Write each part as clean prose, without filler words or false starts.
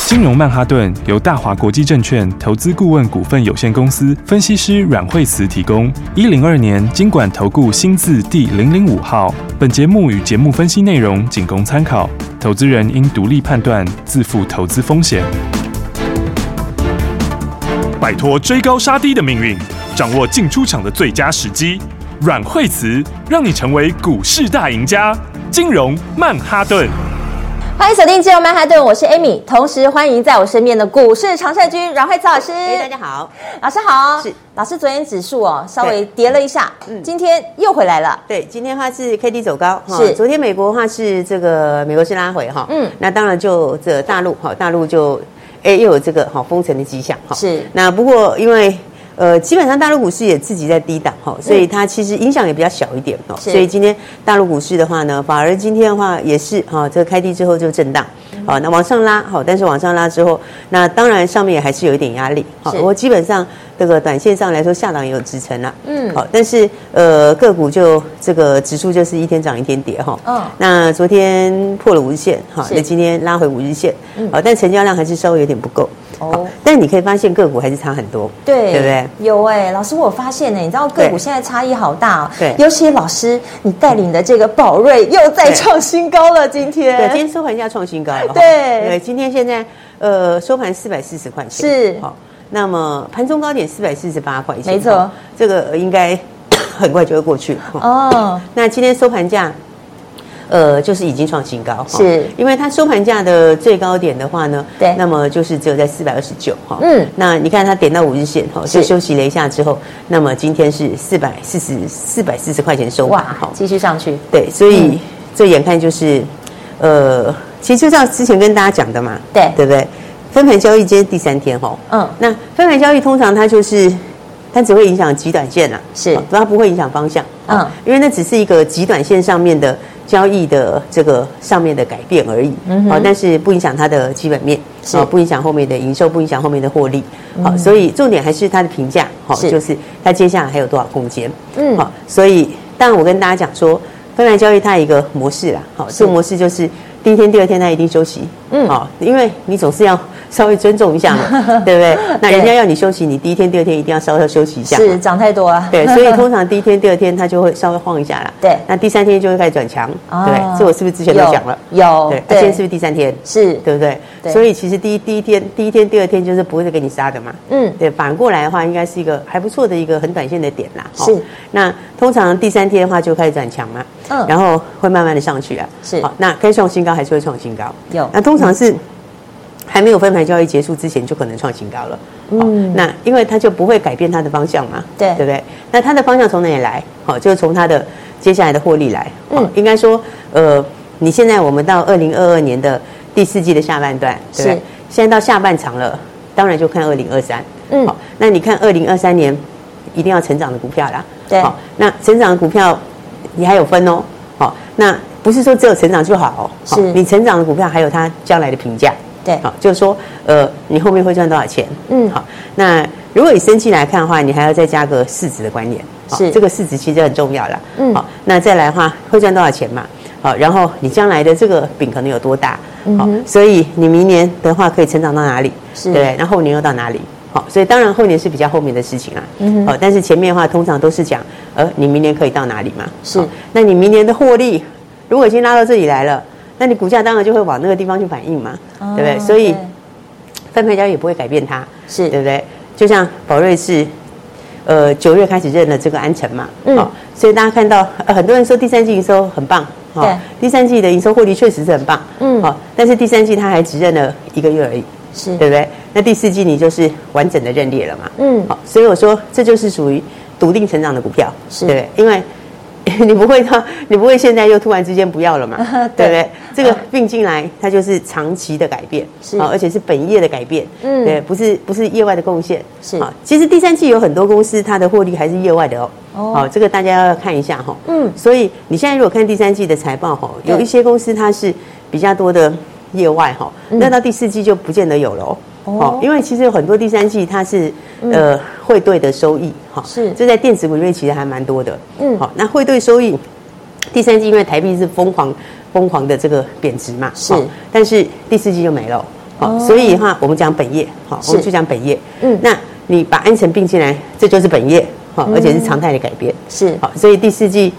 金融曼哈顿由大华国际证券投资顾问股份有限公司分析师阮惠慈提供。102年金管投顾新字第005号。本节目与节目分析内容仅供参考，投资人应独立判断，自负投资风险。摆脱追高杀低的命运，掌握进出场的最佳时机。阮惠慈让你成为股市大赢家。金融曼哈顿。 欢迎锁定金融曼哈顿，我是 Amy， 同时欢迎在我身边的股市常胜军阮惠慈老师。 大家好， 老师好。 是老师，昨天指数稍微跌了一下，今天又回来了。 对，今天的话是 KD 走高， 是昨天美国的话是美国是拉回哈，那当然就这大陆就又有这个封城的迹象哈， 是那不过因为基本上大陆股市也自己在低档哈，所以它其实影响也比较小一点哦。所以今天大陆股市的话呢，反而今天的话也是这个开低之后就震荡，好，那往上拉好，但是往上拉之后，那当然上面也还是有一点压力。好，我基本上这个短线上来说，下档也有支撑啦。好，但是个股就这个指数就是一天涨一天跌哈。那昨天破了50日线，好，那今天拉回50日线，好，但成交量还是稍微有点不够。但你可以发现个股还是差很多，对不对？ 有老师，我有发现你知道个股现在差异好大哦。 对， 尤其老师你带领的这个宝瑞又再创新高了，今天。 对，今天收盘价创新高了。 对， 今天现在收盘440块钱， 是好，那么盘中高点448块钱， 没错， 这个应该很快就会过去哦。 那今天收盘价。就是已经创新高， 是因为它收盘价的最高点的话呢， 对， 那么就是只有在429哈，那你看它点到50日线哈，就休息了一下之后，那么今天是440块钱收盘， 哇，继续上去， 对，所以这眼看就是，其实就像之前跟大家讲的嘛，对不对？分盘交易今天第3天哈，那分盘交易通常它只会影响极短线啦， 是， 它不会影响方向，因为那只是一个极短线上面的交易的这个上面的改变而已，但是不影响它的基本面，不影响后面的营收，不影响后面的获利，好，所以重点还是它的评价，好，就是它接下来还有多少空间，好，所以当然我跟大家讲说，分盘交易它有一个模式啦，好，这个模式就是第一天、第二天它一定休息，好，因为你总是要稍微尊重一下嘛，对不对？那人家要你休息，你第一天、第二天一定要稍微休息一下。 是涨太多啊。 对，所以通常第一天、第二天它就会稍微晃一下啦。 对， 那第3天就会开始转强。对，这我是不是之前都讲了？ 有。 对，今天是不是第3天？ 是， 对不对？所以其实第一天、第二天就是不会再给你杀的嘛。对，反过来的话，应该是一个还不错的一个很短线的点啦。 是。 那通常第3天的话就开始转强嘛。然后会慢慢的上去啊。 是。 好，那该创新高还是会创新高。 有。 那通常是。还没有分盘交易结束之前就可能创新高了，那因为它就不会改变它的方向嘛，对不对？那它的方向从哪里来？就是从它的接下来的获利来。应该说，你现在我们到2022年的第4季的下半段，对不对？现在到下半场了，当然就看2023。好，那你看2023年一定要成长的股票啦，对，好，那成长的股票你还有分哦，好，那不是说只有成长就好，是你成长的股票还有它将来的评价。对，好，就是说，你后面会赚多少钱？好，那如果以生计来看的话，你还要再加个市值的观念，是这个市值其实很重要啦。好，那再来的话，会赚多少钱嘛？好，然后你将来的这个饼可能有多大？好，所以你明年的话可以成长到哪里？是，对，然后后年又到哪里？好，所以当然后年是比较后面的事情啦。好，但是前面的话通常都是讲，你明年可以到哪里嘛？是，那你明年的获利如果已经拉到这里来了。那你股价当然就会往那个地方去反应嘛，对不对？所以分盘交易也不会改变它，是对不对？就像宝瑞是9月开始认了这个安诚嘛，所以大家看到很多人说第3季营收很棒，对，第3季的营收获利确实是很棒，但是第3季它还只认了1个月而已，是对不对？那第4季你就是完整的认列了嘛，好，所以我说这就是属于笃定成长的股票，是对，因为。你不会现在又突然之间不要了嘛？对不对？这个并进来，它就是长期的改变，是而且是本业的改变，对，不是业外的贡献，是啊。其实第3季有很多公司它的获利还是业外的哦，好，这个大家要看一下哈，所以你现在如果看第3季的财报哈，有一些公司它是比较多的业外哈，那到第4季就不见得有了哦。因为其实有很多第3季它是汇兑的收益，是这在电子股里面其实还蛮多的，好，那汇兑收益第3季因为台币是疯狂的这个贬值嘛，是，但是第4季就没了， 所以的话我们讲本业，我们就讲本业。那你把安诚并进来，这就是本业，而且是常态的改变。 是， 所以第四季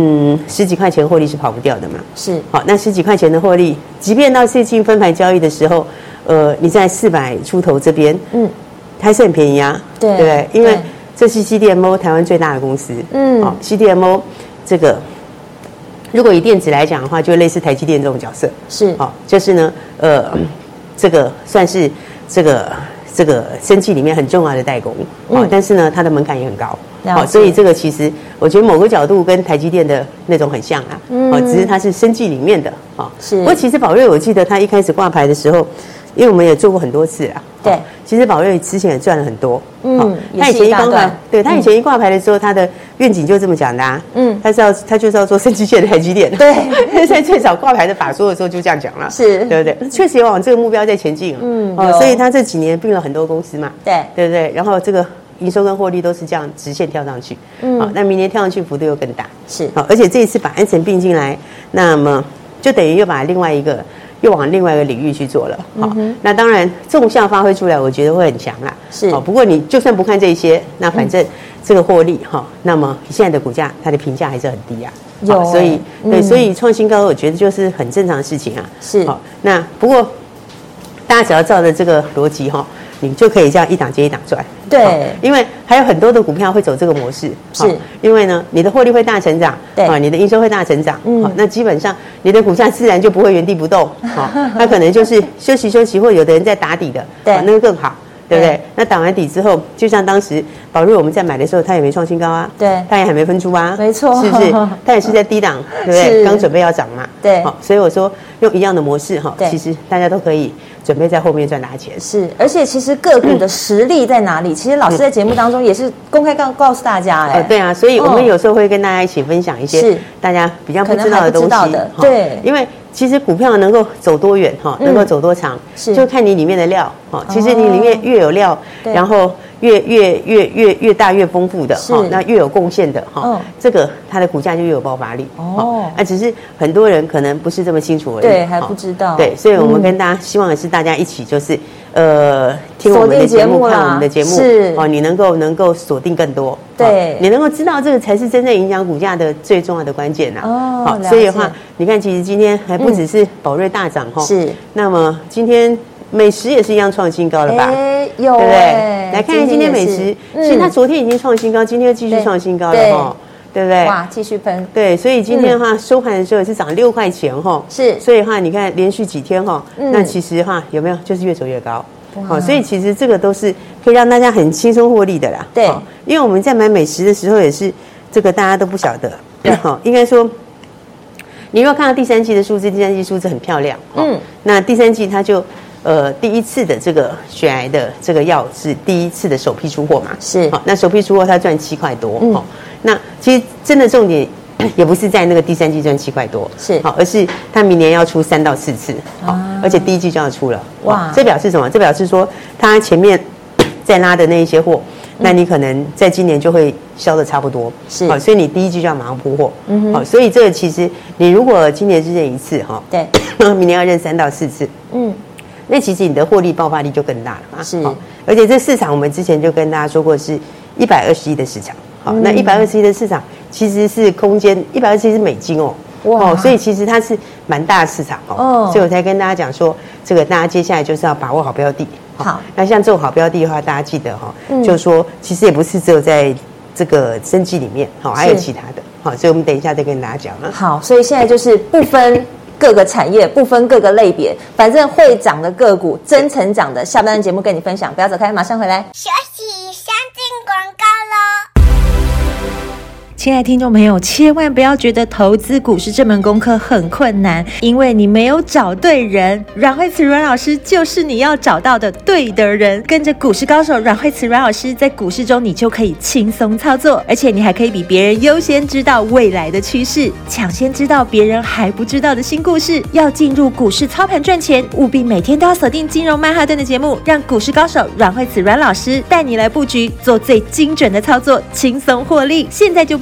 10几块钱获利是跑不掉的嘛。 是， 那10几块钱的获利，即便到最近分牌交易的时候，你在400出头这边，还是很便宜啊，对不对？因为这是 CDMO 台湾最大的公司，CDMO 这个如果以电子来讲的话，就类似台积电这种角色， 是， 就是呢，这个算是这个生技里面很重要的代工，但是呢，它的门槛也很高，所以这个其实我觉得某个角度跟台积电的那种很像啊，只是它是生技里面的，是。不过其实宝瑞，我记得它一开始挂牌的时候，因为我们也做过很多次啊，对，其实宝瑞之前也赚了很多，他以前一挂牌，对他以前一挂牌的时候，他的愿景就这么讲的啊，他就是要做生技界的台积电，对，在最早挂牌的法说的时候就这样讲了，是，对不对？确实也往这个目标在前进，所以他这几年并了很多公司嘛，对不对？然后这个营收跟获利都是这样直线跳上去，那明年跳上去幅度又更大，是，而且这一次把安诚并进来，那么就等于又往另外一个领域去做了，那当然纵向发挥出来，我觉得会很强啦。是，不过你就算不看这些，那反正这个获利那么现在的股价它的评价还是很低啊。所以所以创新高，我觉得就是很正常的事情啊。是，那不过大家只要照着这个逻辑你就可以这样一档接一档赚。对，因为还有很多的股票会走这个模式，是因为呢，你的获利会大成长，对，你的营收会大成长，那基本上你的股价自然就不会原地不动，它可能就是休息，或有的人在打底的，对，那个更好，对不对？那打完底之后，就像当时宝瑞我们在买的时候，它也没创新高啊，对，它也还没分出啊，没错，是不是？它也是在低档，对不对？刚准备要涨嘛，对，所以我说用一样的模式其实大家都可以准备在后面赚大钱。是，而且其实个股的实力在哪里？其实老师在节目当中也是公开告诉大家，对啊，所以我们有时候会跟大家一起分享一些大家比较不知道的东西，对，因为其实股票能够走多远能够走多长，就看你里面的料其实你里面越有料，然后越大越丰富的那越有贡献的这个它的股价就越有爆发力那只是很多人可能不是这么清楚而已，对，还不知道，对，所以我们跟大家希望的是大家一起就是听我们的节目，看我们的节目，是你能够锁定更多，对，你能够知道这个才是真正影响股价的最重要的关键好，所以的话，你看，其实今天还不只是宝瑞大涨是，那么今天美食也是一样创新高了吧？有，对不对？来看看今天美食，其实它昨天已经创新高，今天又继续创新高了对不对？哇，继续喷，对，所以今天的话收盘的时候也是涨6块钱是，所以的话你看连续几天那其实有没有就是越走越高。所以其实这个都是可以让大家很轻松获利的啦。对，因为我们在买美食的时候也是这个大家都不晓得，应该说，你如果看到第三季的数字，第三季数字很漂亮，那第三季它就第一次的这个血癌的这个药是第一次的首批出货嘛，是，那首批出货它赚7块多，那其实真的重点也不是在那个第三季赚7块多，是，而是它明年要出3到4次，而且第一季就要出了，哇，这表示什么？这表示说它前面在拉的那一些货，那你可能在今年就会销的差不多，是，所以你第一季就要马上铺货，所以这个其实你如果今年是认1次对，明年要认3到4次，那其实你的获利爆发力就更大了嘛，是，而且这市场我们之前就跟大家说过是120亿的市场，那120亿的市场其实是空间120亿是美金哇，所以其实它是蛮大的市场所以我才跟大家讲说，这个大家接下来就是要把握好标的。好，那像这种好标的的话，大家记得就是说其实也不是只有在这个生技里面还有其他的所以我们等一下再跟大家讲啊。好，所以现在就是不分各个产业，不分各个类别，反正会涨的个股，真成长的，下半段节目跟你分享，不要走开，马上回来。休息，先进广告咯。亲爱的听众朋友，千万不要觉得投资股市这门功课很困难，因为你没有找对人。阮慧慈阮老师就是你要找到的对的人，跟着股市高手阮慧慈阮老师，在股市中你就可以轻松操作，而且你还可以比别人优先知道未来的趋势，抢先知道别人还不知道的新故事。要进入股市操盘赚钱，务必每天都要锁定金融曼哈顿的节目，让股市高手阮慧慈阮老师带你来布局，做最精准的操作，轻松获利。现在就播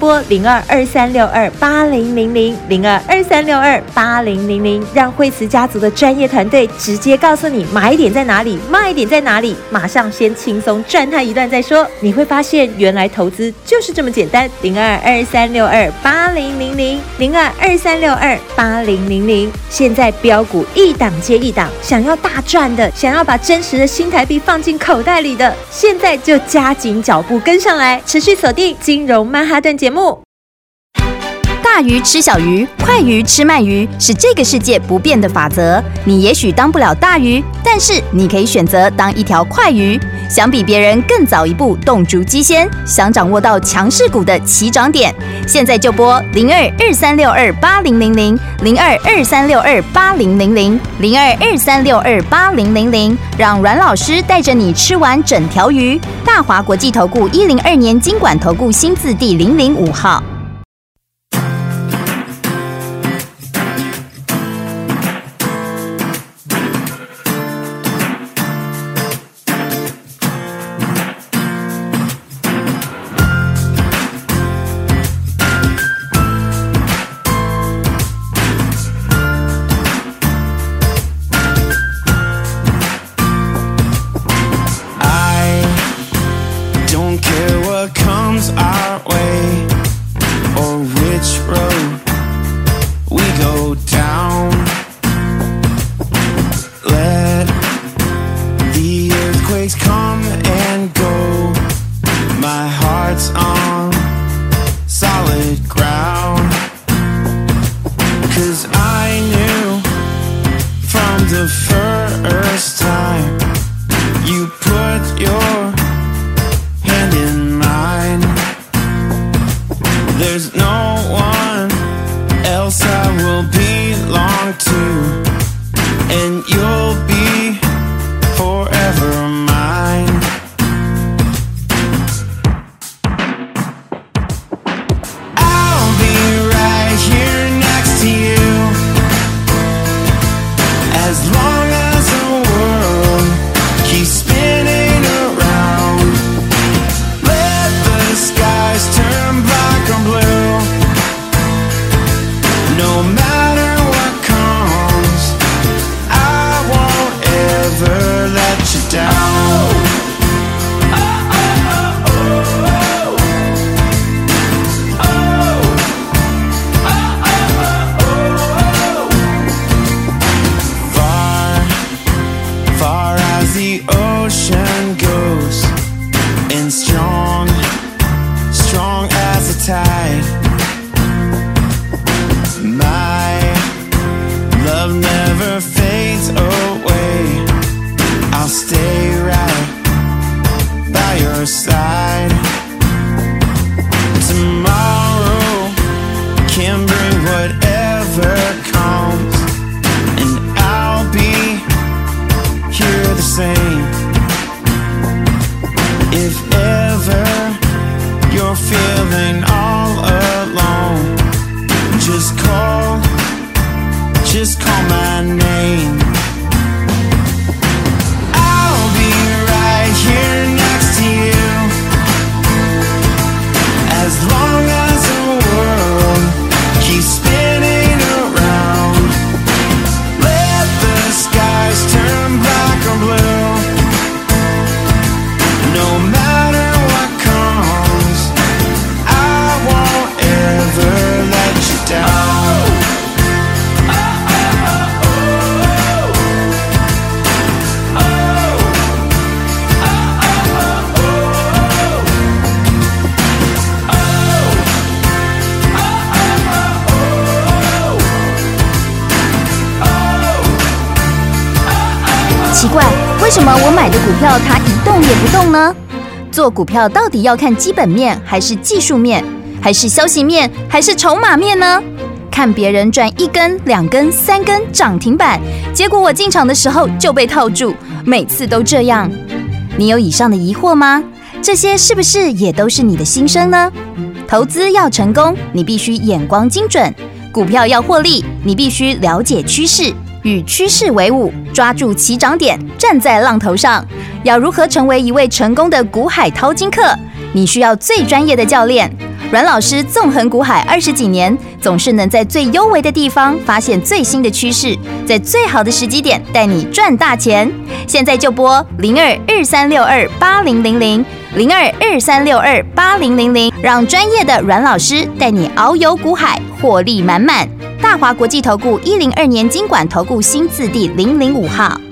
拨0223628000，0223628000，让惠慈家族的专业团队直接告诉你买点在哪里，卖点在哪里，马上先轻松赚他一段再说。你会发现原来投资就是这么简单。0223628000，0223628000，现在标股一档接一档，想要大赚的，想要把真实的新台币放进口袋里的，现在就加紧脚步跟上来，持续锁定金融曼哈顿节目。 大鱼吃小鱼，快鱼吃慢鱼，是这个世界不变的法则。你也许当不了大鱼，但是你可以选择当一条快鱼。想比别人更早一步动足机先，想掌握到强势股的起涨点，现在就拨0223628000，0223628000，0223628000，让阮老师带着你吃完整条鱼。大华国际投顾102年金管投顾新字第005号。奇怪，为什么我买的股票它一动也不动呢？做股票到底要看基本面，还是技术面，还是消息面，还是筹码面呢？看别人赚1根、2根、3根涨停板，结果我进场的时候就被套住，每次都这样。你有以上的疑惑吗？这些是不是也都是你的心声呢？投资要成功，你必须眼光精准；股票要获利，你必须了解趋势，与趋势为伍，抓住起涨点，站在浪头上。要如何成为一位成功的股海淘金客？你需要最专业的教练。 阮老师纵横股海20几年，总是能在最优微的地方发现最新的趋势，在最好的时机点带你赚大钱。现在就拨02-2362-8000，02-2362-8000，让专业的阮老师带你遨游股海，获利满满。大华国际投顾102年金管投顾新字第005号。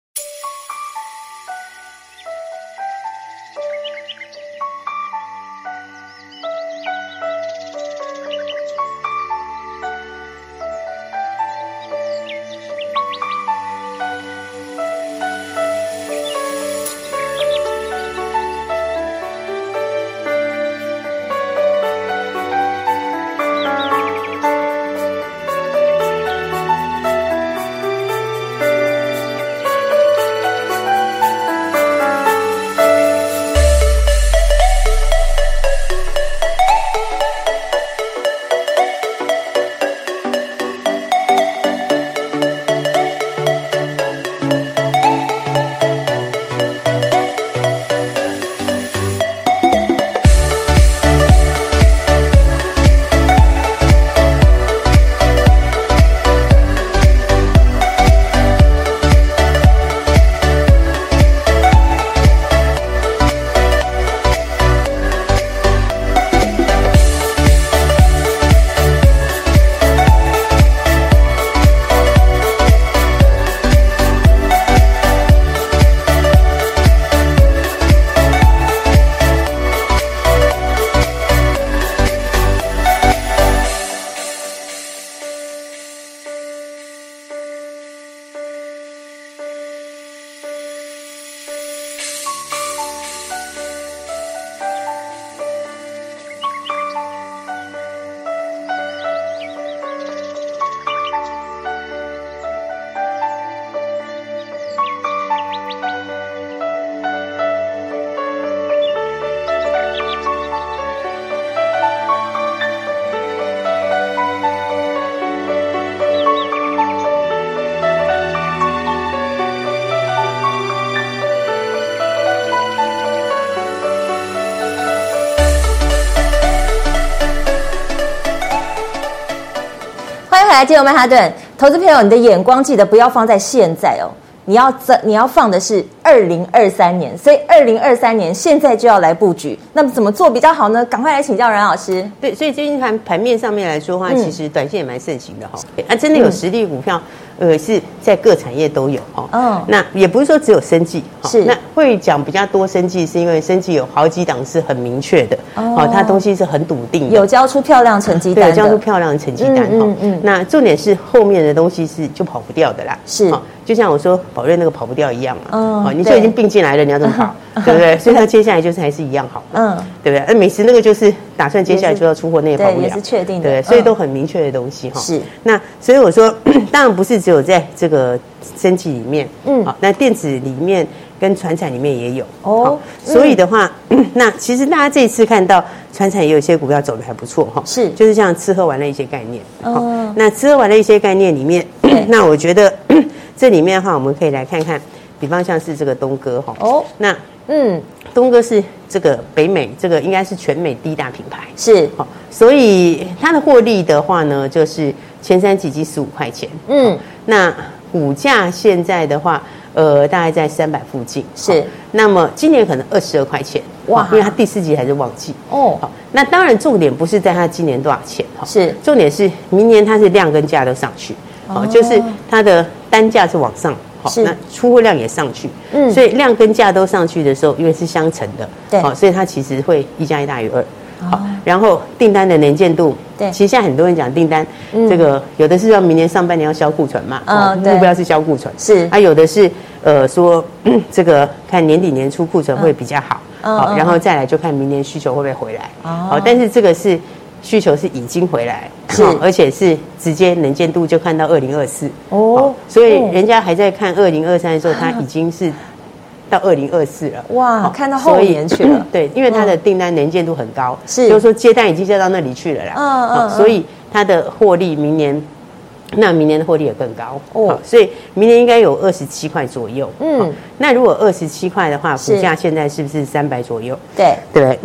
来，金融曼哈顿投资朋友，你的眼光记得不要放在现在哦，你要放的是2023年，所以2023年现在就要来布局。那么怎么做比较好呢？赶快来请教阮老师。 对，所以最近盘面上面来说的话，其实短线也蛮盛行的哈。真的有实力股票，是在各产业都有哈。那也不是说只有生技，是那会讲比较多生技，是因为生技有好几档是很明确的，它东西是很笃定的， 有交出漂亮成绩单的， 对，交出漂亮的成绩单哈。那重点是后面的东西是就跑不掉的啦， 是。 就像我说宝瑞那个跑不掉一样嘛，你就已经并进来了，你要怎么跑，对不对？所以它接下来就是还是一样好，对不对？那美食那个就是打算接下来就要出货，那也跑不了， 也是确定的， 对，所以都很明确的东西哈。 是。 那所以我说，当然不是只有在这个生技里面，好，那电子里面跟传产里面也有哦。所以的话，那其实大家这一次看到传产也有一些股票走得还不错哈，是，就是像吃喝玩乐一些概念，那吃喝玩乐一些概念里面，那我觉得。这里面的话，我们可以来看看，比方像是这个东哥哈，那东哥是这个北美这个应该是全美第一大品牌，是，所以它的获利的话呢，就是前3季已经15块钱，那股价现在的话，大概在300附近，是，那么今年可能22块钱，哇，因为它第4季还是旺季，好，那当然重点不是在它今年多少钱哈，是，重点是明年它是量跟价都上去。就是它的单价是往上，那出货量也上去，所以量跟价都上去的时候，因为是相乘的，对，所以它其实会1+1大于2。好，然后订单的能见度，对，其实现在很多人讲订单，这个有的是要明年上半年要销库存嘛，目标是销库存，是，有的是说这个看年底年初库存会比较好，好，然后再来就看明年需求会不会回来，好，但是这个是。需求是已经回来，是，而且是直接能见度就看到2024哦，所以人家还在看2023的时候，它已经是到2024了，哇，看到后年去了，对，因为它的订单能见度很高，是，就是说接单已经接到那里去了啦，所以它的获利明年的获利也更高哦，所以明年应该有27块左右，那如果27块的话，股价现在是不是300左右？对，对，那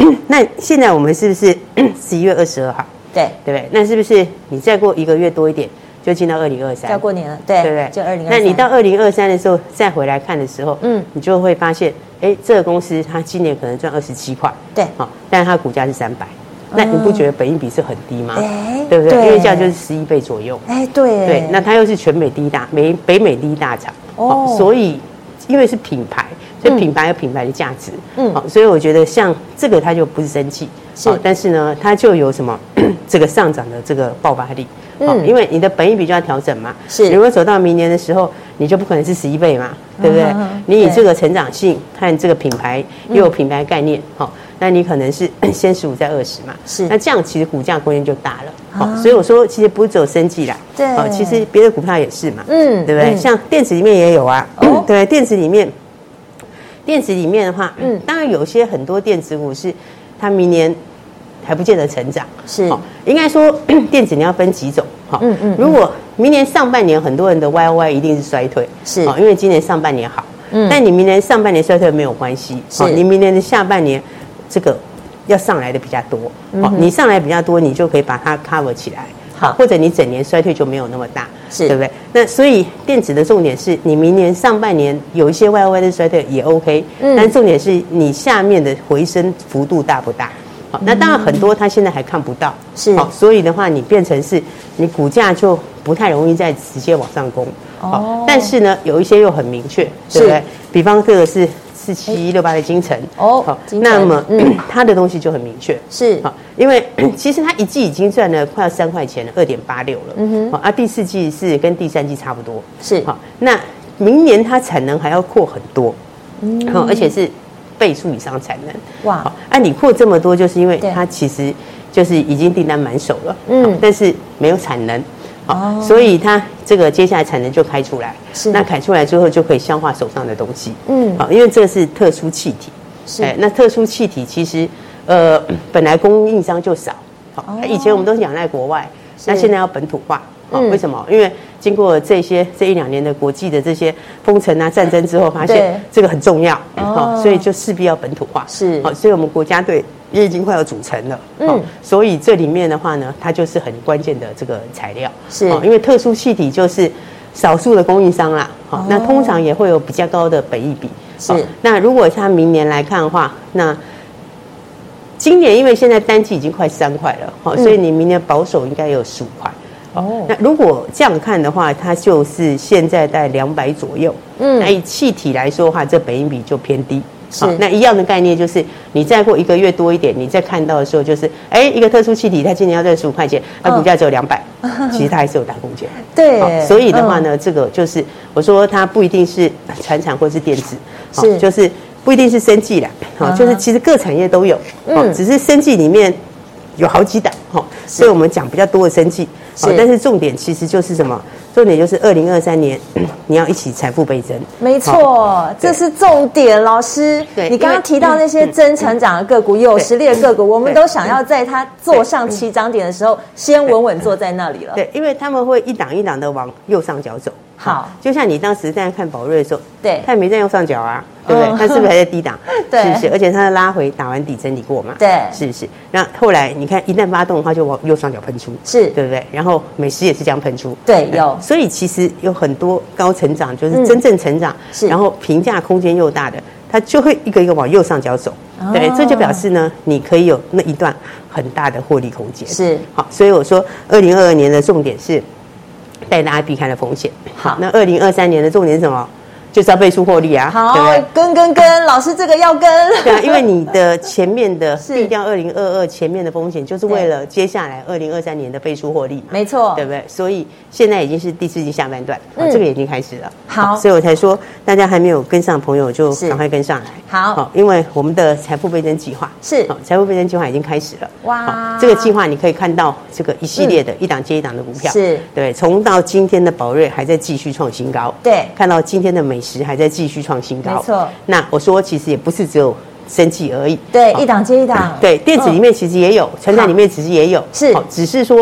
那现在我们是不是11月22号？ 对不对？那是不是你再过1个月多一点就进到2023？ 要过年了，对不对？ 就2023。 那你到2023的时候再回来看的时候，你就会发现，这个公司它今年可能赚27块， 对， 但是它股价是300。那你不觉得本益比是很低吗？ 对不对？因为这样就是11倍左右。 对。 那它又是全美第一大，北美第一大厂，所以因为是品牌，所以品牌有品牌的价值。所以我觉得像这个它就不是生气，但是呢，它就有什么这个上涨的这个爆发力。因为你的本益比就要调整嘛。是。如果走到明年的时候，你就不可能是11倍嘛，对不对？你以这个成长性和这个品牌又有品牌概念，那你可能是先15再20嘛，是。那这样其实股价空间就大了，所以我说其实不是只有生技啦，对，其实别的股票也是嘛，对不对？像电子里面也有啊，对，电子里面的话，当然有些很多电子股是它明年还不见得成长，是。应该说电子你要分几种，如果明年上半年很多人的 YOY 一定是衰退，是，因为今年上半年好，但你明年上半年衰退没有关系，你明年的下半年。这个要上来的比较多，你上来比较多，你就可以把它 cover 起来，好，或者你整年衰退就没有那么大，是，对不对？那所以电子的重点是你明年上半年有一些 YOY 的衰退也 OK，但重点是你下面的回升幅度大不大？好，那当然很多它现在还看不到，是，好，所以的话你变成是你股价就不太容易再直接往上攻，但是呢有一些又很明确，对不对？比方这个是4768的精城好，那么它的东西就很明确，是好，因为其实它一季已经赚了快要3块钱了，2.86了，第4季是跟第3季差不多，是好，那明年它产能还要扩很多，而且是倍数以上产能，哇，你扩这么多，就是因为它其实就是已经订单满手了，但是没有产能。所以它这个接下来产能就开出来，那开出来之后就可以消化手上的东西，因为这个是特殊气体，那特殊气体其实本来供应商就少，以前我们都是仰赖国外，那现在要本土化，为什么？因为经过这1-2年的国际的这些封城啊、战争之后，发现这个很重要，所以就势必要本土化，是，所以我们国家队也已经快要组成了，所以这里面的话呢，它就是很关键的这个材料，是，因为特殊气体就是少数的供应商啦，那通常也会有比较高的本益比，是。那如果它明年来看的话，那今年因为现在单季已经快3块了，所以你明年保守应该有15块。那如果这样看的话，它就是现在在200左右。那以气体来说的话，这本益比就偏低。好，那一样的概念就是，你再过1个月多一点，你再看到的时候就是，一个特殊气体，它今年要赚15块钱，它股价只有200，其实它还是有大空间。对，所以的话呢，这个就是我说它不一定是传产或是电子，是，就是不一定是生技啦，就是其实各产业都有，只是生技里面有好几档，所以我们讲比较多的生技。但是重点其实就是什么？重点就是2023年你要一起财富倍增。没错，这是重点。老师，你刚刚提到那些真成长的个股，有实力的个股，我们都想要在它坐上起涨点的时候，先稳稳坐在那里了。对，因为他们会一档一档的往右上角走。好，就像你当时在看宝瑞的时候，对，它也没在右上角啊，对不对？它是不是还在低档？对，是不是？而且它拉回打完底整理过嘛？对，是不是？那后来你看，一旦发动的话，就往右上角喷出，是，对不对？然后美食也是这样喷出，对，有。所以其实有很多高成长，就是真正成长，是，然后评价空间又大的，它就会一个一个往右上角走。对，这就表示呢，你可以有那一段很大的获利空间。是，好，所以我说2022年的重点是带大家避开了风险。好，那2023年的重点是什么？就是要倍数获利啊！好，对不对？跟老师这个要跟。对啊，因为你的前面的避掉2022前面的风险，就是为了接下来2023年的倍数获利嘛。没错，对不对？所以现在已经是第4季下半段，这个已经开始了。好，所以我才说大家还没有跟上的朋友就赶快跟上来。好，因为我们的财富倍增计划是财富倍增计划已经开始了。哇，这个计划你可以看到这个一系列的一档接一档的股票，是对，从到今天的宝瑞还在继续创新高，对，看到今天的美食还在继续创新高，没错。那我说其实也不是只有生技而已，对，一档接一档，对，电子里面其实也有，成长里面其实也有，是，只是说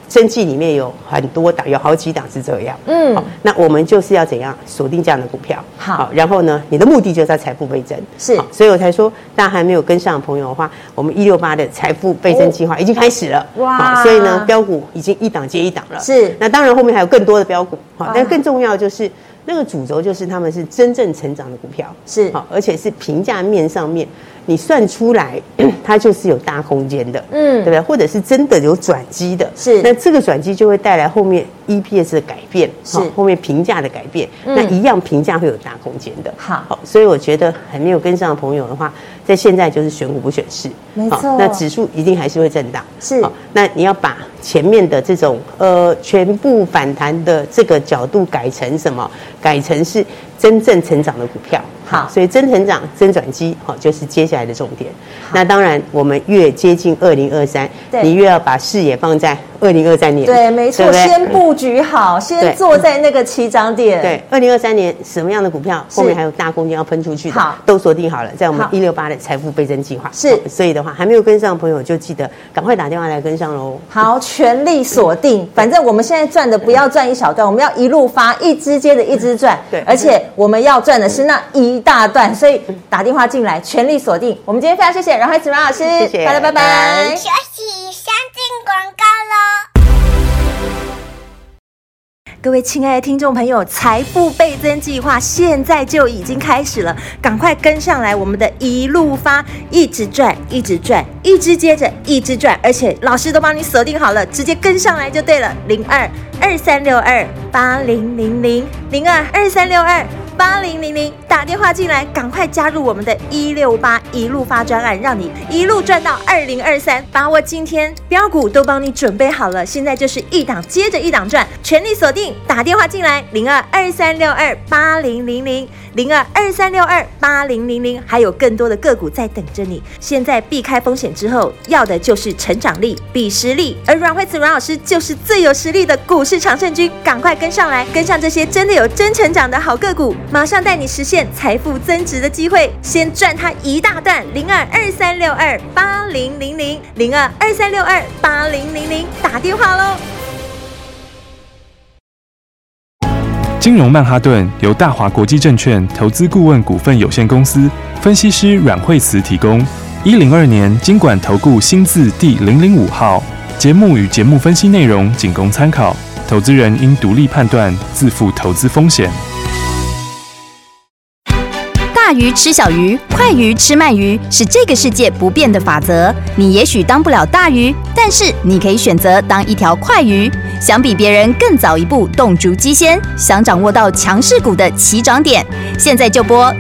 生技里面有很多档，有好几档是这样。那我们就是要怎样锁定这样的股票？好，然后呢，你的目的就是要财富倍增。是，所以我才说，大家还没有跟上的朋友的话，我们168的财富倍增计划已经开始了。哇！所以呢，标股已经一档接一档了。是，那当然后面还有更多的标股。好，但更重要就是。那个主轴就是他们是真正成长的股票，是好，而且是评价面上面，你算出来它就是有大空间的，对不对？或者是真的有转机的，是那这个转机就会带来后面 EPS 的改变，是后面评价的改变，那一样评价会有大空间的。好，所以我觉得还没有跟上的朋友的话，在现在就是选股不选市，没错，那指数一定还是会震荡，是那你要把前面的这种全部反弹的这个角度改成什么？改成是真正成长的股票。好，所以真成长、真转机，好，就是接下来的重点。那当然，我们越接近2023，你越要把视野放在2023年。对，没错，先布局好，先坐在那个起涨点。对，2023年什么样的股票，后面还有大空间要喷出去的，都锁定好了，在我们168的财富倍增计划。是，所以的话，还没有跟上的朋友就记得赶快打电话来跟上喽。好，全力锁定，反正我们现在赚的不要赚一小段，我们要一路发，一支接着一支赚。对，而且我们要赚的是那一大段，所以打电话进来，全力锁定。我们今天非常谢谢阮慧慈阮老师，谢谢，大家拜拜。休息，先进广告喽。各位亲爱的听众朋友，财富倍增计划现在就已经开始了，赶快跟上来，我们的一路发，一直赚，一直赚，一直接着一直赚，而且老师都帮你锁定好了，直接跟上来就对了。02-2362-8000，02-2362-8000，打电话进来，赶快加入我们的168一路发专案，让你一路赚到2023。把握今天标股都帮你准备好了，现在就是一档接着一档赚，全力锁定，打电话进来02-2362-8000，02-2362-8000，还有更多的个股在等着你。现在避开风险之后，要的就是成长力、比实力，而阮慧慈阮老师就是最有实力的股市常胜军，赶快跟上来，跟上这些真的有真成长的好个股，马上带你实现财富增值的机会，先赚它一大段。02-2362-8000，02-2362-8000，打电话咯。 金融曼哈顿由大华国际证券投资顾问股份有限公司分析师阮慧慈提供。102年金管投顾新字第005号。节目与节目分析内容仅供参考，投资人应独立判断，自负投资风险。 大鱼吃小鱼，快鱼吃慢鱼，是这个世界不变的法则。你也许当不了大鱼，但是你可以选择当一条快鱼。想比别人更早一步动足机先，想掌握到强势股的起涨点，现在就拨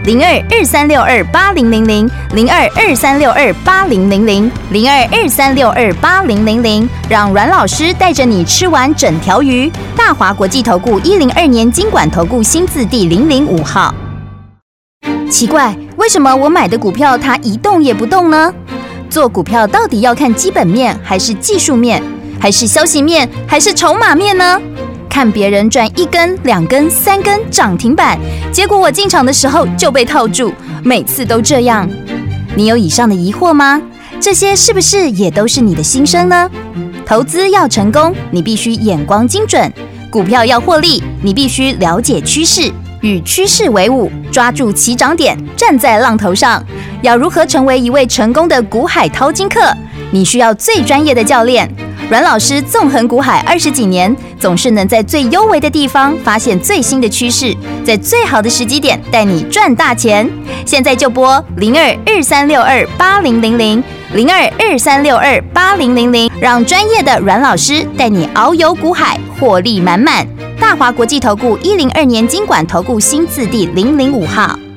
02-2362-8000，02-2362-8000，02-2362-8000，让阮老师带着你吃完整条鱼。大华国际投顾102年金管投顾新字第005号。奇怪，为什么我买的股票它一动也不动呢？做股票到底要看基本面，还是技术面，还是消息面，还是筹码面呢？看别人赚1根、2根、3根涨停板，结果我进场的时候就被套住，每次都这样。你有以上的疑惑吗？这些是不是也都是你的心声呢？投资要成功，你必须眼光精准；股票要获利，你必须了解趋势。与趋势为伍，抓住起涨点，站在浪头上。要如何成为一位成功的股海淘金客？你需要最专业的教练。阮老师纵横股海20几年，总是能在最优微的地方发现最新的趋势，在最好的时机点带你赚大钱。现在就拨02-2362-8000，02-2362-8000，让专业的阮老师带你遨游股海，获利满满。大华国际投顾102年金管投顾新字第005号。